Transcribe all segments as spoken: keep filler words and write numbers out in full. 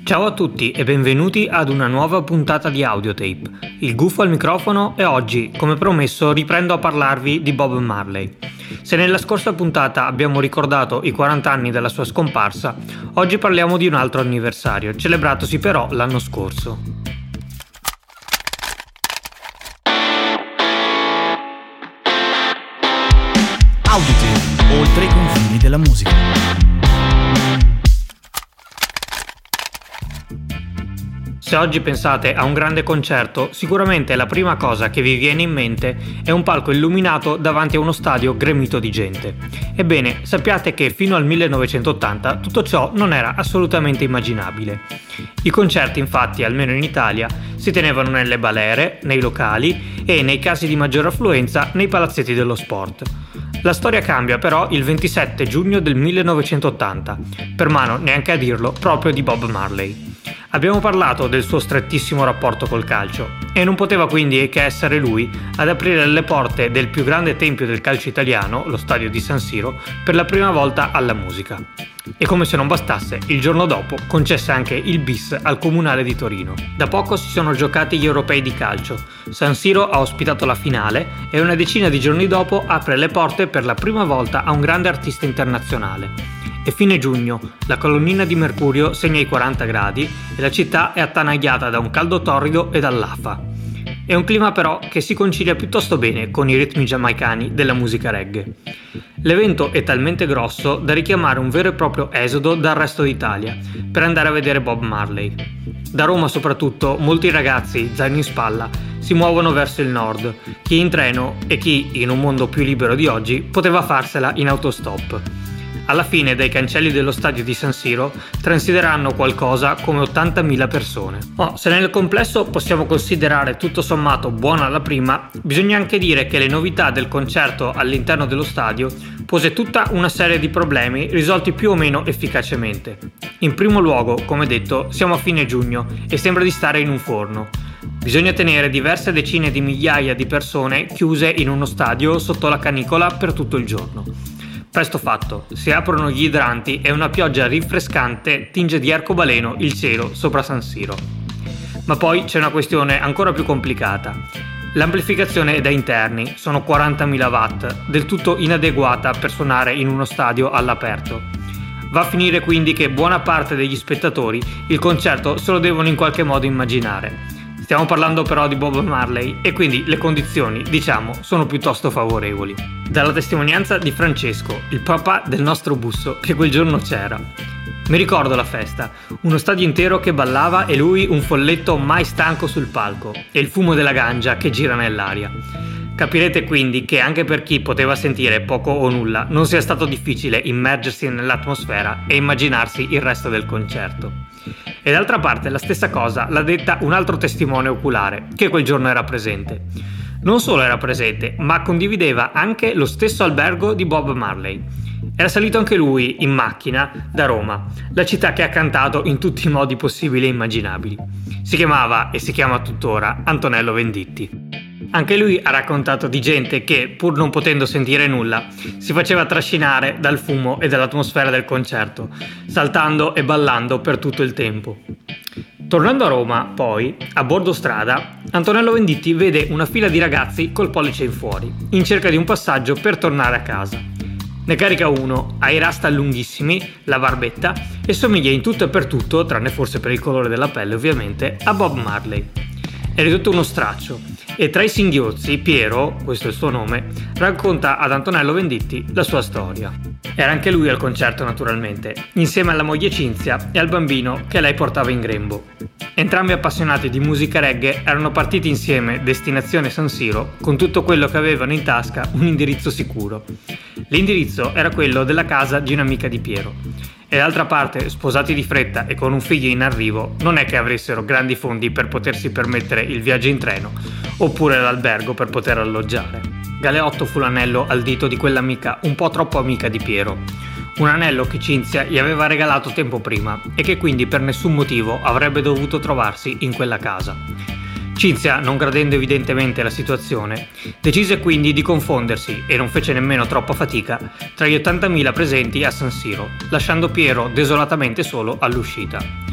Ciao a tutti e benvenuti ad una nuova puntata di Audiotape. Il Gufo al microfono e oggi, come promesso, riprendo a parlarvi di Bob Marley. Se nella scorsa puntata abbiamo ricordato i quaranta anni della sua scomparsa, oggi parliamo di un altro anniversario, celebratosi però l'anno scorso. Audiotape, oltre i confini della musica. Se oggi pensate a un grande concerto, sicuramente la prima cosa che vi viene in mente è un palco illuminato davanti a uno stadio gremito di gente. Ebbene, sappiate che fino al millenovecentottanta tutto ciò non era assolutamente immaginabile. I concerti, infatti, almeno in Italia, si tenevano nelle balere, nei locali e, nei casi di maggior affluenza, nei palazzetti dello sport. La storia cambia però il ventisette giugno del millenovecentottanta, per mano, neanche a dirlo, proprio di Bob Marley. Abbiamo parlato del suo strettissimo rapporto col calcio e non poteva quindi che essere lui ad aprire le porte del più grande tempio del calcio italiano, lo stadio di San Siro, per la prima volta alla musica. E come se non bastasse, il giorno dopo concesse anche il bis al Comunale di Torino. Da poco si sono giocati gli europei di calcio. San Siro ha ospitato la finale e una decina di giorni dopo apre le porte per la prima volta a un grande artista internazionale. E fine giugno, la colonnina di Mercurio segna i quaranta gradi e la città è attanagliata da un caldo torrido e dall'afa. È un clima però che si concilia piuttosto bene con i ritmi giamaicani della musica reggae. L'evento è talmente grosso da richiamare un vero e proprio esodo dal resto d'Italia per andare a vedere Bob Marley. Da Roma soprattutto molti ragazzi, zaino in spalla, si muovono verso il nord, chi in treno e chi, in un mondo più libero di oggi, poteva farsela in autostop. Alla fine dai cancelli dello stadio di San Siro transiteranno qualcosa come ottantamila persone. Oh, se nel complesso possiamo considerare tutto sommato buona la prima, bisogna anche dire che le novità del concerto all'interno dello stadio pose tutta una serie di problemi risolti più o meno efficacemente. In primo luogo, come detto, siamo a fine giugno e sembra di stare in un forno. Bisogna tenere diverse decine di migliaia di persone chiuse in uno stadio sotto la canicola per tutto il giorno. Presto fatto, si aprono gli idranti e una pioggia rinfrescante tinge di arcobaleno il cielo sopra San Siro. Ma poi c'è una questione ancora più complicata. L'amplificazione è da interni, sono quarantamila watt, del tutto inadeguata per suonare in uno stadio all'aperto. Va a finire quindi che buona parte degli spettatori il concerto se lo devono in qualche modo immaginare. Stiamo parlando però di Bob Marley e quindi le condizioni, diciamo, sono piuttosto favorevoli. Dalla testimonianza di Francesco, il papà del nostro busso, che quel giorno c'era. Mi ricordo la festa, uno stadio intero che ballava e lui un folletto mai stanco sul palco e il fumo della ganja che gira nell'aria. Capirete quindi che anche per chi poteva sentire poco o nulla non sia stato difficile immergersi nell'atmosfera e immaginarsi il resto del concerto. E d'altra parte la stessa cosa l'ha detta un altro testimone oculare che quel giorno era presente. Non solo era presente, ma condivideva anche lo stesso albergo di Bob Marley. Era salito anche lui in macchina da Roma, la città che ha cantato in tutti i modi possibili e immaginabili. Si chiamava e si chiama tuttora Antonello Venditti. Anche lui ha raccontato di gente che, pur non potendo sentire nulla, si faceva trascinare dal fumo e dall'atmosfera del concerto, saltando e ballando per tutto il tempo. Tornando a Roma, poi, a bordo strada, Antonello Venditti vede una fila di ragazzi col pollice in fuori, in cerca di un passaggio per tornare a casa. Ne carica uno, ha i rasta lunghissimi, la barbetta e somiglia in tutto e per tutto, tranne forse per il colore della pelle ovviamente, a Bob Marley. È ridotto uno straccio e tra i singhiozzi Piero, questo è il suo nome, racconta ad Antonello Venditti la sua storia. Era anche lui al concerto naturalmente, insieme alla moglie Cinzia e al bambino che lei portava in grembo. Entrambi appassionati di musica reggae erano partiti insieme destinazione San Siro con tutto quello che avevano in tasca un indirizzo sicuro. L'indirizzo era quello della casa di un'amica di Piero. E d'altra parte, sposati di fretta e con un figlio in arrivo, non è che avessero grandi fondi per potersi permettere il viaggio in treno oppure l'albergo per poter alloggiare. Galeotto fu l'anello al dito di quell'amica un po' troppo amica di Piero. Un anello che Cinzia gli aveva regalato tempo prima e che quindi per nessun motivo avrebbe dovuto trovarsi in quella casa. Cinzia, non gradendo evidentemente la situazione, decise quindi di confondersi, e non fece nemmeno troppa fatica, tra gli ottantamila presenti a San Siro, lasciando Piero desolatamente solo all'uscita.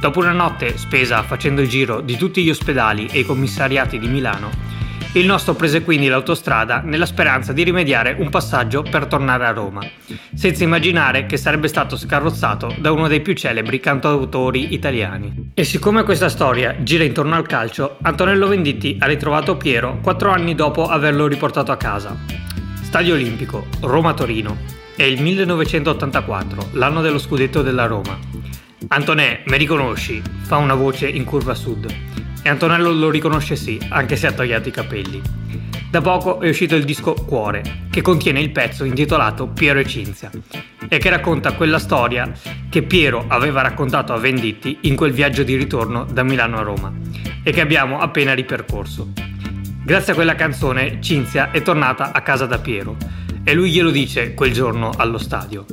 Dopo una notte spesa facendo il giro di tutti gli ospedali e i commissariati di Milano, il nostro prese quindi l'autostrada nella speranza di rimediare un passaggio per tornare a Roma, senza immaginare che sarebbe stato scarrozzato da uno dei più celebri cantautori italiani. E siccome questa storia gira intorno al calcio, Antonello Venditti ha ritrovato Piero quattro anni dopo averlo riportato a casa. Stadio Olimpico, Roma-Torino. È il millenovecentottantaquattro, l'anno dello scudetto della Roma. Antonè, mi riconosci? Fa una voce in curva sud. E Antonello lo riconosce sì, anche se ha tagliato i capelli. Da poco è uscito il disco Cuore, che contiene il pezzo intitolato Piero e Cinzia, e che racconta quella storia che Piero aveva raccontato a Venditti in quel viaggio di ritorno da Milano a Roma, e che abbiamo appena ripercorso. Grazie a quella canzone Cinzia è tornata a casa da Piero, e lui glielo dice quel giorno allo stadio.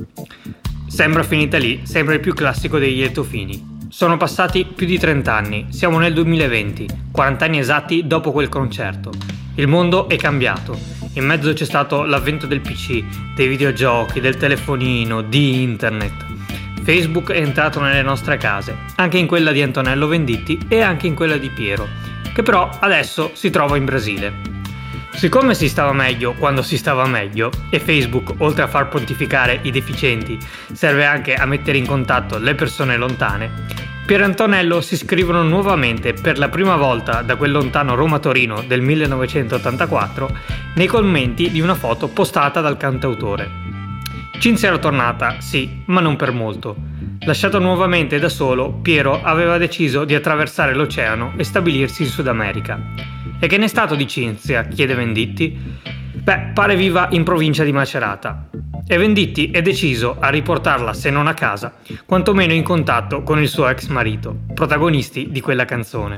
Sembra finita lì, sembra il più classico dei lieto fini. Sono passati più di trenta anni, siamo nel duemilaventi, quaranta anni esatti dopo quel concerto. Il mondo è cambiato, in mezzo c'è stato l'avvento del P C, dei videogiochi, del telefonino, di internet. Facebook è entrato nelle nostre case, anche in quella di Antonello Venditti e anche in quella di Piero, che però adesso si trova in Brasile. Siccome si stava meglio quando si stava meglio, e Facebook, oltre a far pontificare i deficienti, serve anche a mettere in contatto le persone lontane, Piero e Antonello si scrivono nuovamente per la prima volta da quel lontano Roma-Torino del millenovecentottantaquattro nei commenti di una foto postata dal cantautore. Cinzia era tornata, sì, ma non per molto. Lasciato nuovamente da solo, Piero aveva deciso di attraversare l'oceano e stabilirsi in Sud America. E che n'è stato di Cinzia? Chiede Venditti. Beh, pare viva in provincia di Macerata. E Venditti è deciso a riportarla, se non a casa, quantomeno in contatto con il suo ex marito, protagonisti di quella canzone.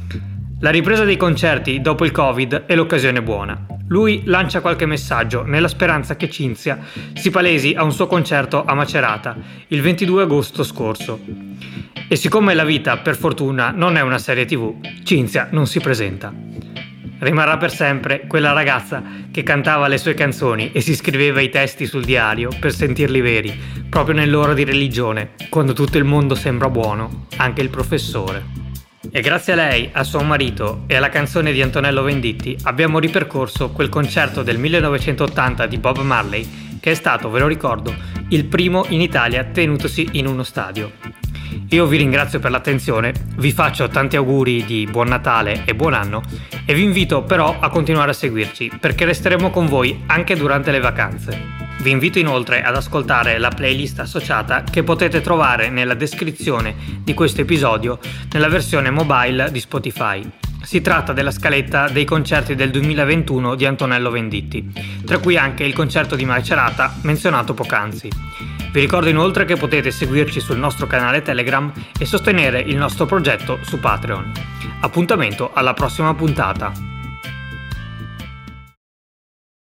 La ripresa dei concerti dopo il Covid è l'occasione buona. Lui lancia qualche messaggio nella speranza che Cinzia si palesi a un suo concerto a Macerata il ventidue agosto scorso. E siccome la vita, per fortuna, non è una serie tivù, Cinzia non si presenta. Rimarrà per sempre quella ragazza che cantava le sue canzoni e si scriveva i testi sul diario per sentirli veri, proprio nell'ora di religione, quando tutto il mondo sembra buono, anche il professore. E grazie a lei, a suo marito e alla canzone di Antonello Venditti abbiamo ripercorso quel concerto del millenovecentottanta di Bob Marley che è stato, ve lo ricordo, il primo in Italia tenutosi in uno stadio. Io vi ringrazio per l'attenzione, vi faccio tanti auguri di buon Natale e buon anno e vi invito però a continuare a seguirci perché resteremo con voi anche durante le vacanze. Vi invito inoltre ad ascoltare la playlist associata che potete trovare nella descrizione di questo episodio nella versione mobile di Spotify. Si tratta della scaletta dei concerti del duemilaventuno di Antonello Venditti, tra cui anche il concerto di Macerata menzionato poc'anzi. Vi ricordo inoltre che potete seguirci sul nostro canale Telegram e sostenere il nostro progetto su Patreon. Appuntamento alla prossima puntata.